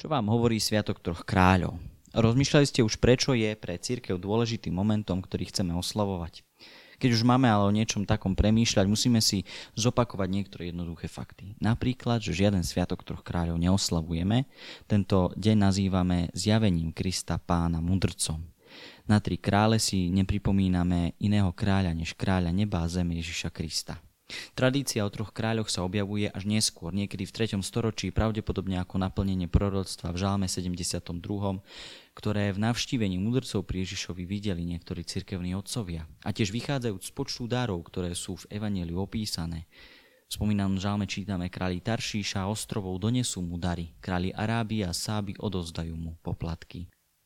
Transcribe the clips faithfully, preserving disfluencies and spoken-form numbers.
Čo vám hovorí Sviatok troch kráľov? Rozmýšľali ste už, prečo je pre cirkev dôležitým momentom, ktorý chceme oslavovať? Keď už máme ale o niečom takom premýšľať, musíme si zopakovať niektoré jednoduché fakty. Napríklad, že žiaden Sviatok troch kráľov neoslavujeme. Tento deň nazývame zjavením Krista Pána mudrcom. Na tri krále si nepripomíname iného kráľa než kráľa neba a zeme Ježiša Krista. Tradícia o troch kráľoch sa objavuje až neskôr, niekedy v treťom storočí, pravdepodobne ako naplnenie proroctva v Žalme sedemdesiatom druhom, ktoré v navštívení mudrcov pri Ježišovi videli niektorí cirkevní otcovia. A tiež vychádzajúc z počtu darov, ktoré sú v evanjeliu opísané. V spomínanom žalme čítame: králi Taršíša a ostrovov donesú mu dary, králi Arábie a Sáby odovzdajú mu poplatky.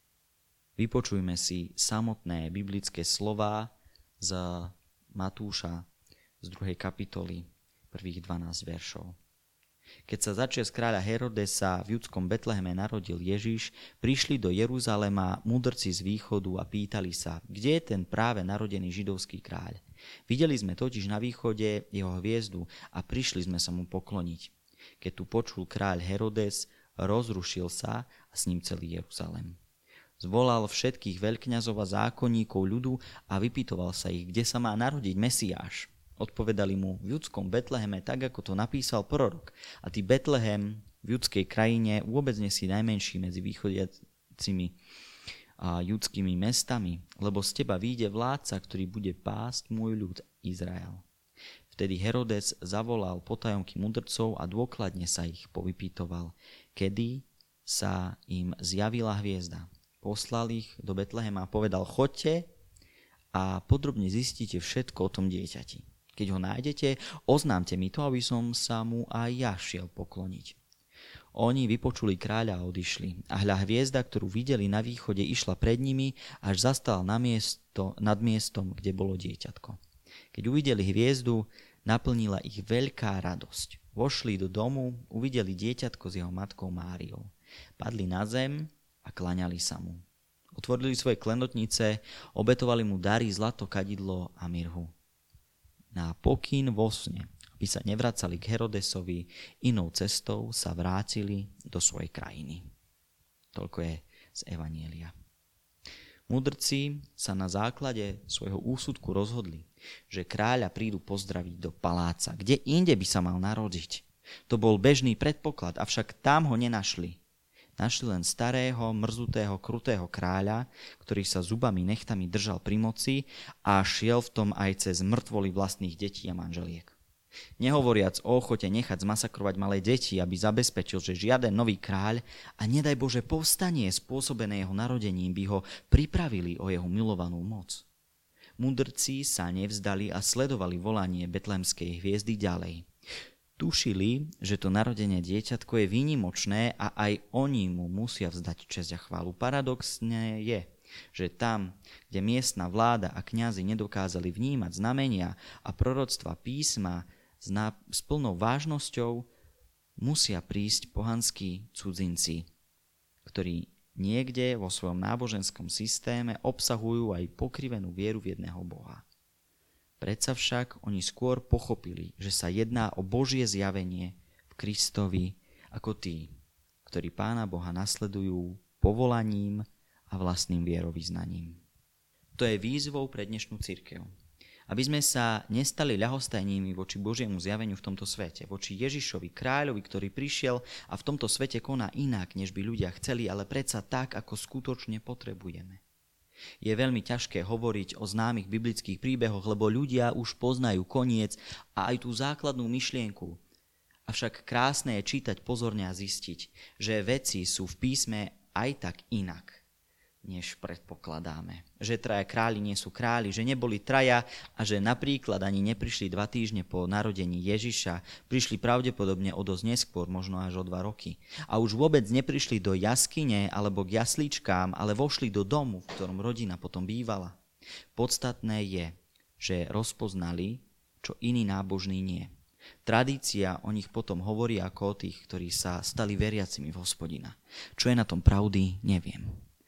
Vypočujme si samotné biblické slová z Matúša z druhej kapitoly, prvých dvanásť veršov. Keď sa začias kráľa Herodesa v judskom Betleheme narodil Ježiš, prišli do Jeruzalema mudrci z východu a pýtali sa, kde je ten práve narodený židovský kráľ. Videli sme totiž na východe jeho hviezdu a prišli sme sa mu pokloniť. Keď tu počul kráľ Herodes, rozrušil sa a s ním celý Jeruzalem. Zvolal všetkých veľkňazov a zákonníkov ľudu a vypytoval sa ich, kde sa má narodiť Mesiáš. Odpovedali mu: v judskom Betleheme, tak ako to napísal prorok. A ty, Betlehem, v judskej krajine vôbec nie si najmenší medzi východiacimi a judskými mestami, lebo z teba vyjde vládca, ktorý bude pásť môj ľud Izrael. Vtedy Herodes zavolal potajomky mudrcov a dôkladne sa ich povypytoval, kedy sa im zjavila hviezda. Poslal ich do Betlehema a povedal: choďte a podrobne zistíte všetko o tom dieťati. Keď ho nájdete, oznámte mi to, aby som sa mu aj ja šiel pokloniť. Oni vypočuli kráľa a odišli. A hľa hviezda, ktorú videli na východe, išla pred nimi, až zastala na miesto, nad miestom, kde bolo dieťatko. Keď uvideli hviezdu, naplnila ich veľká radosť. Vošli do domu, uvideli dieťatko s jeho matkou Máriou. Padli na zem a klaňali sa mu. Otvorili svoje klenotnice, obetovali mu dary, zlato, kadidlo a mirhu. Na pokyn vo sne, aby sa nevracali k Herodesovi, inou cestou sa vrátili do svojej krajiny. Toľko je z evanjelia. Mudrci sa na základe svojho úsudku rozhodli, že kráľa prídu pozdraviť do paláca, kde inde by sa mal narodiť. To bol bežný predpoklad, avšak tam ho nenašli. Našli len starého, mrzutého, krutého kráľa, ktorý sa zubami nechtami držal pri moci a šiel v tom aj cez mŕtvoly vlastných detí a manželiek. Nehovoriac o ochote nechať zmasakrovať malé deti, aby zabezpečil, že žiaden nový kráľ a nedaj Bože povstanie spôsobené jeho narodením by ho pripravili o jeho milovanú moc. Mudrci sa nevzdali a sledovali volanie betlehemskej hviezdy ďalej. Tušili, že to narodenie dieťatko je výnimočné a aj oni mu musia vzdať česť a chválu. Paradoxné je, že tam, kde miestna vláda a kňazi nedokázali vnímať znamenia a proroctva písma s, ná- s plnou vážnosťou, musia prísť pohanskí cudzinci, ktorí niekde vo svojom náboženskom systéme obsahujú aj pokrivenú vieru v jedného Boha. Predsa však oni skôr pochopili, že sa jedná o Božie zjavenie v Kristovi ako tí, ktorí Pána Boha nasledujú povolaním a vlastným vierovyznaním. To je výzvou pre dnešnú cirkev. Aby sme sa nestali ľahostajnými voči Božiemu zjaveniu v tomto svete, voči Ježišovi, kráľovi, ktorý prišiel a v tomto svete koná inak, než by ľudia chceli, ale predsa tak, ako skutočne potrebujeme. Je veľmi ťažké hovoriť o známych biblických príbehoch, lebo ľudia už poznajú koniec a aj tú základnú myšlienku. Avšak krásne je čítať pozorne a zistiť, že veci sú v písme aj tak inak, než predpokladáme. Že traja králi nie sú králi, že neboli traja a že napríklad ani neprišli dva týždne po narodení Ježiša, prišli pravdepodobne o dosť neskôr, možno až o dva roky. A už vôbec neprišli do jaskyne alebo k jasličkám, ale vošli do domu, v ktorom rodina potom bývala. Podstatné je, že rozpoznali, čo iní nábožní nie. Tradícia o nich potom hovorí ako o tých, ktorí sa stali veriacimi v Hospodina. Čo je na tom pravdy, neviem.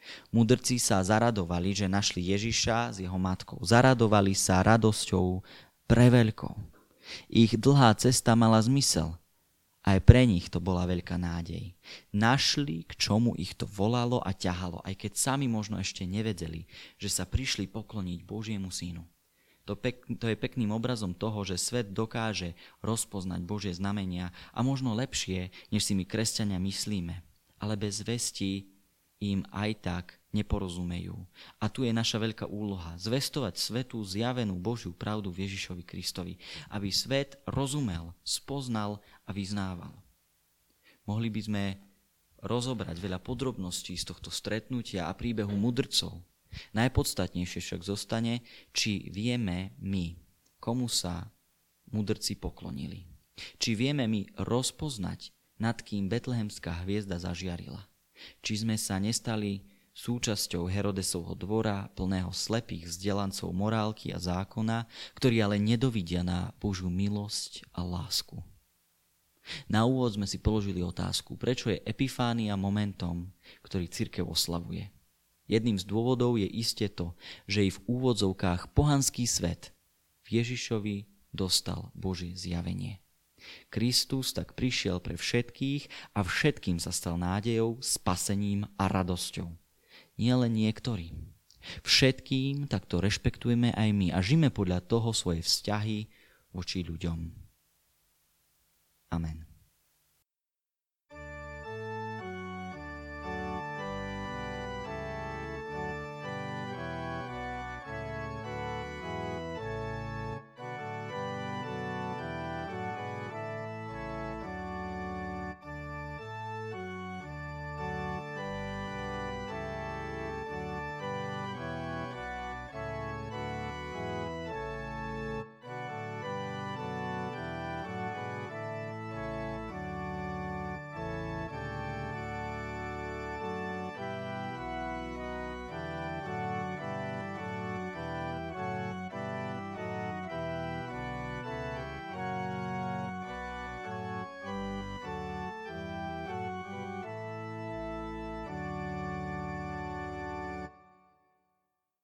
Mudrci sa zaradovali, že našli Ježiša s jeho matkou. Zaradovali sa radosťou preveľkou. Ich dlhá cesta mala zmysel. Aj pre nich to bola veľká nádej. Našli, k čomu ich to volalo a ťahalo, aj keď sami možno ešte nevedeli, že sa prišli pokloniť Božiemu synu. To, pek, to je pekným obrazom toho, že svet dokáže rozpoznať Božie znamenia a možno lepšie, než si my kresťania myslíme. Ale bez vesti im aj tak neporozumejú. A tu je naša veľká úloha. Zvestovať svetú zjavenú Božiu pravdu v Ježišovi Kristovi, aby svet rozumel, spoznal a vyznával. Mohli by sme rozobrať veľa podrobností z tohto stretnutia a príbehu mudrcov. Najpodstatnejšie však zostane, či vieme my, komu sa mudrci poklonili. Či vieme my rozpoznať, nad kým betlehemská hviezda zažiarila. Či sme sa nestali súčasťou Herodesovho dvora, plného slepých vzdelancov morálky a zákona, ktorí ale nedovidia na Božiu milosť a lásku. Na úvod sme si položili otázku, prečo je Epifánia momentom, ktorý cirkev oslavuje. Jedným z dôvodov je iste to, že i v úvodzovkách pohanský svet v Ježišovi dostal Božie zjavenie. Kristus tak prišiel pre všetkých a všetkým sa stal nádejou, spasením a radosťou. Nie len niektorým. Všetkým takto rešpektujeme aj my a žijeme podľa toho svoje vzťahy voči ľuďom. Amen.